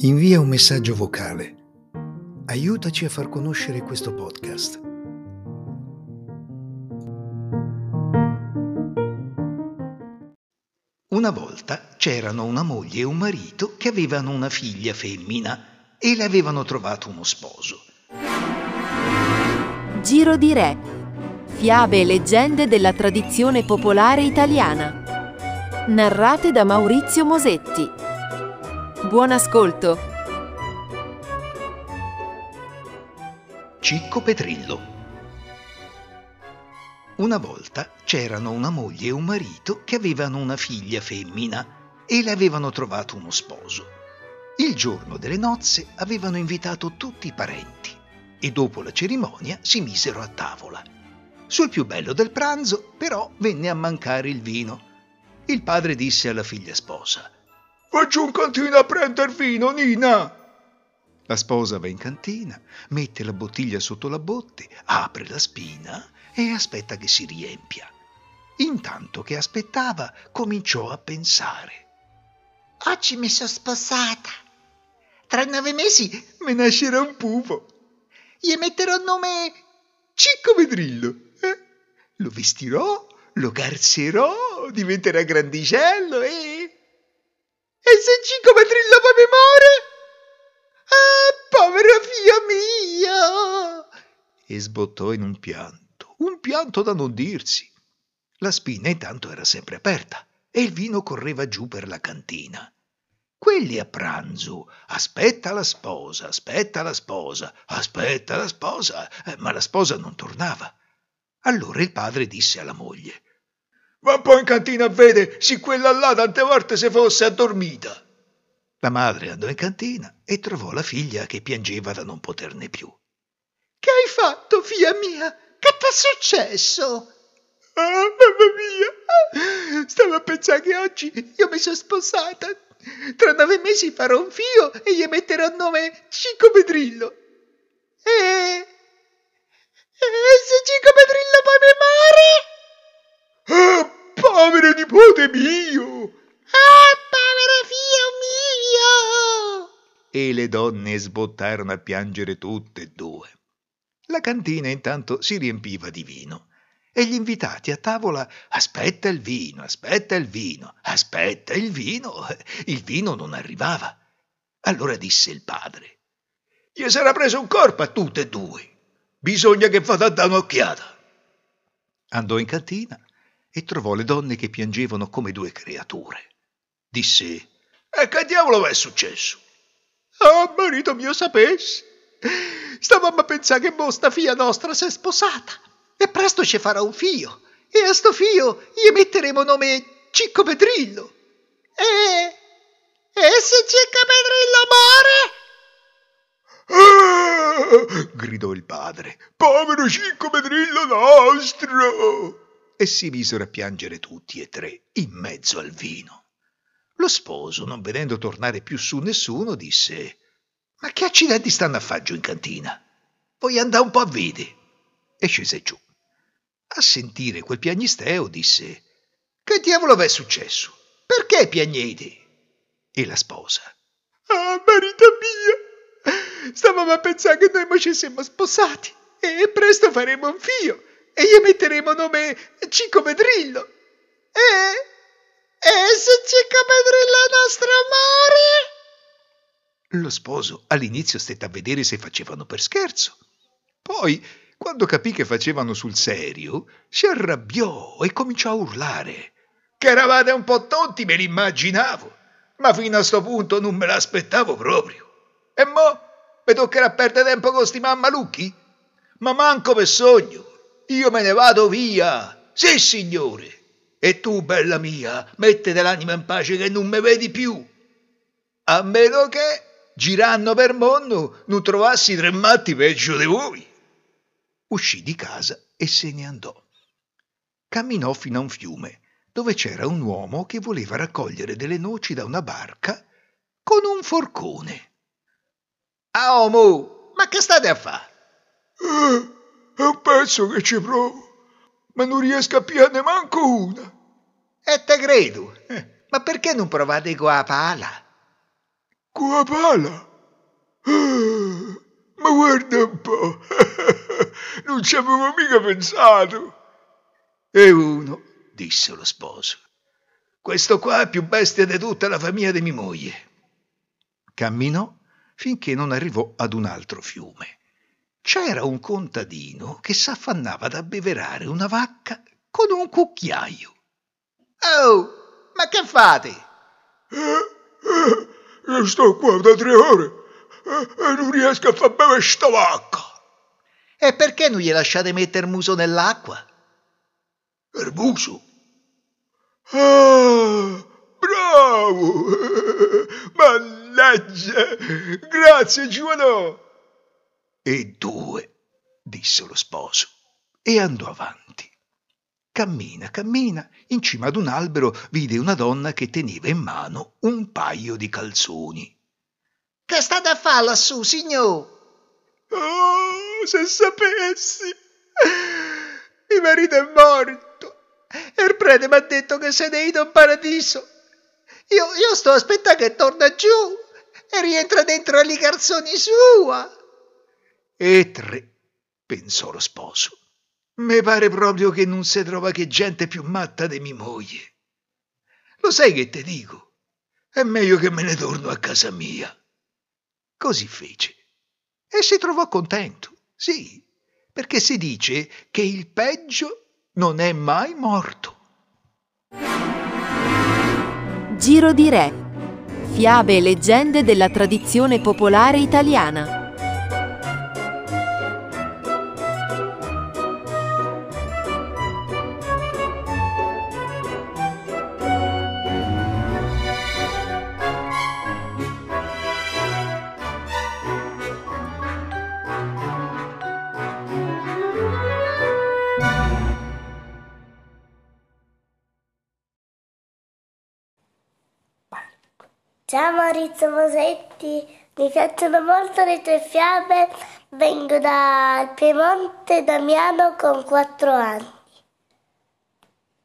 Invia un messaggio vocale. Aiutaci a far conoscere questo podcast. Una volta c'erano una moglie e un marito che avevano una figlia femmina e le avevano trovato uno sposo. Giro di Re. Fiabe e leggende della tradizione popolare italiana. Narrate da Maurizio Mosetti. Buon ascolto. Cicco Petrillo. Una volta c'erano una moglie e un marito che avevano una figlia femmina e le avevano trovato uno sposo. Il giorno delle nozze avevano invitato tutti i parenti e dopo la cerimonia si misero a tavola. Sul più bello del pranzo, però, venne a mancare il vino. Il padre disse alla figlia sposa: «Faccio un cantino a prendere vino, Nina!» La sposa va in cantina, mette la bottiglia sotto la botte, apre la spina e aspetta che si riempia. Intanto che aspettava, cominciò a pensare. Oggi mi sono sposata. Tra 9 mesi mi nascerà un pupo. Gli metterò il nome Cicco Petrillo. Lo vestirò, lo garzerò, diventerà grandicello e se Cicco Petrillo poi mi muore? Povera figlia mia! E sbottò in un pianto da non dirsi. La spina intanto era sempre aperta e il vino correva giù per la cantina. Quelli a pranzo: aspetta la sposa, aspetta la sposa, aspetta la sposa, ma la sposa non tornava. Allora il padre disse alla moglie: «Va un po' in cantina a vedere se quella là tante volte se fosse addormita». La madre andò in cantina e trovò la figlia che piangeva da non poterne più. Che hai fatto, figlia mia? Che t'è successo? Mamma mia! Stavo a pensare che oggi io mi sono sposata. Tra 9 mesi farò un figlio e gli metterò il nome Cicco Petrillo. E se Cicco Petrillo poi mi muore? Povero nipote mio! Povero figlio mio! E le donne sbottarono a piangere tutte e due. La cantina intanto si riempiva di vino e gli invitati a tavola: aspetta il vino, aspetta il vino, aspetta il vino. Il vino non arrivava. Allora disse il padre: «Gli sarà preso un corpo a tutte e due. Bisogna che vada a dare un'occhiata». Andò in cantina e trovò le donne che piangevano come due creature. Disse: «E che diavolo è successo?» Marito mio, sapessi. Stavamo a pensare che sta figlia nostra si è sposata e presto ci farà un figlio e a sto figlio gli metteremo nome Cicco Petrillo. E se Cicco Petrillo muore? Gridò il padre. «Povero Cicco Petrillo nostro!» E si misero a piangere tutti e tre in mezzo al vino. Lo sposo, non vedendo tornare più su nessuno, disse: «Ma che accidenti stanno a fare giù in cantina? Voglio andare un po' a vedere». E scese giù. A sentire quel piagnisteo disse: «Che diavolo v'è successo? Perché piagnete?» E la sposa: Marito mio, stavamo a pensare che noi ci siamo sposati e presto faremo un figlio e gli metteremo nome Cicco Petrillo. E se Cicco Petrillo nostro muore? Lo sposo all'inizio stette a vedere se facevano per scherzo. Poi, quando capì che facevano sul serio, si arrabbiò e cominciò a urlare: «Che eravate un po' tonti, me l'immaginavo, ma fino a sto punto non me l'aspettavo proprio. E mo' mi toccherà perdere tempo con sti mammalucchi? Ma manco per sogno, io me ne vado via, sì signore. E tu, bella mia, mettete l'anima in pace che non me vedi più. A meno che, girando per mondo, non trovassi 3 matti peggio di voi». Uscì di casa e se ne andò. Camminò fino a un fiume, dove c'era un uomo che voleva raccogliere delle noci da una barca con un forcone. «Ah, uomo, ma che state a fare?» È un pezzo che ci provo, ma non riesco a pigliarne manco una. E te credo, ma perché non provate con la pala? con la pala? Ma guarda un po', non ci avevo mica pensato. E uno, disse lo sposo, questo qua è più bestia di tutta la famiglia di mia moglie. Camminò finché non arrivò ad un altro fiume. C'era un contadino che s'affannava ad abbeverare una vacca con un cucchiaio. Oh, ma che fate? Io sto qua da 3 ore e non riesco a far bere sta vacca. E perché non gli lasciate mettere il muso nell'acqua? Il muso? Ah, bravo! Mannaggia! Grazie, giovanò! E 2, disse lo sposo, e andò avanti. Cammina, in cima ad un albero vide una donna che teneva in mano un paio di calzoni. Che state a fare lassù, signor? Oh, se sapessi! Mio marito è morto e il prete mi ha detto che se ne è ido in paradiso. Io sto aspettando che torna giù e rientra dentro agli calzoni sua. E 3, pensò lo sposo. Mi pare proprio che non si trova che gente più matta di mia moglie. Lo sai che te dico? È meglio che me ne torno a casa mia. Così fece. E si trovò contento, sì, perché si dice che il peggio non è mai morto. Giro di Re. Fiabe e leggende della tradizione popolare italiana. Ciao Maurizio Mosetti, mi piacciono molto le tue fiabe, vengo dal Piemonte, Damiano con 4 anni.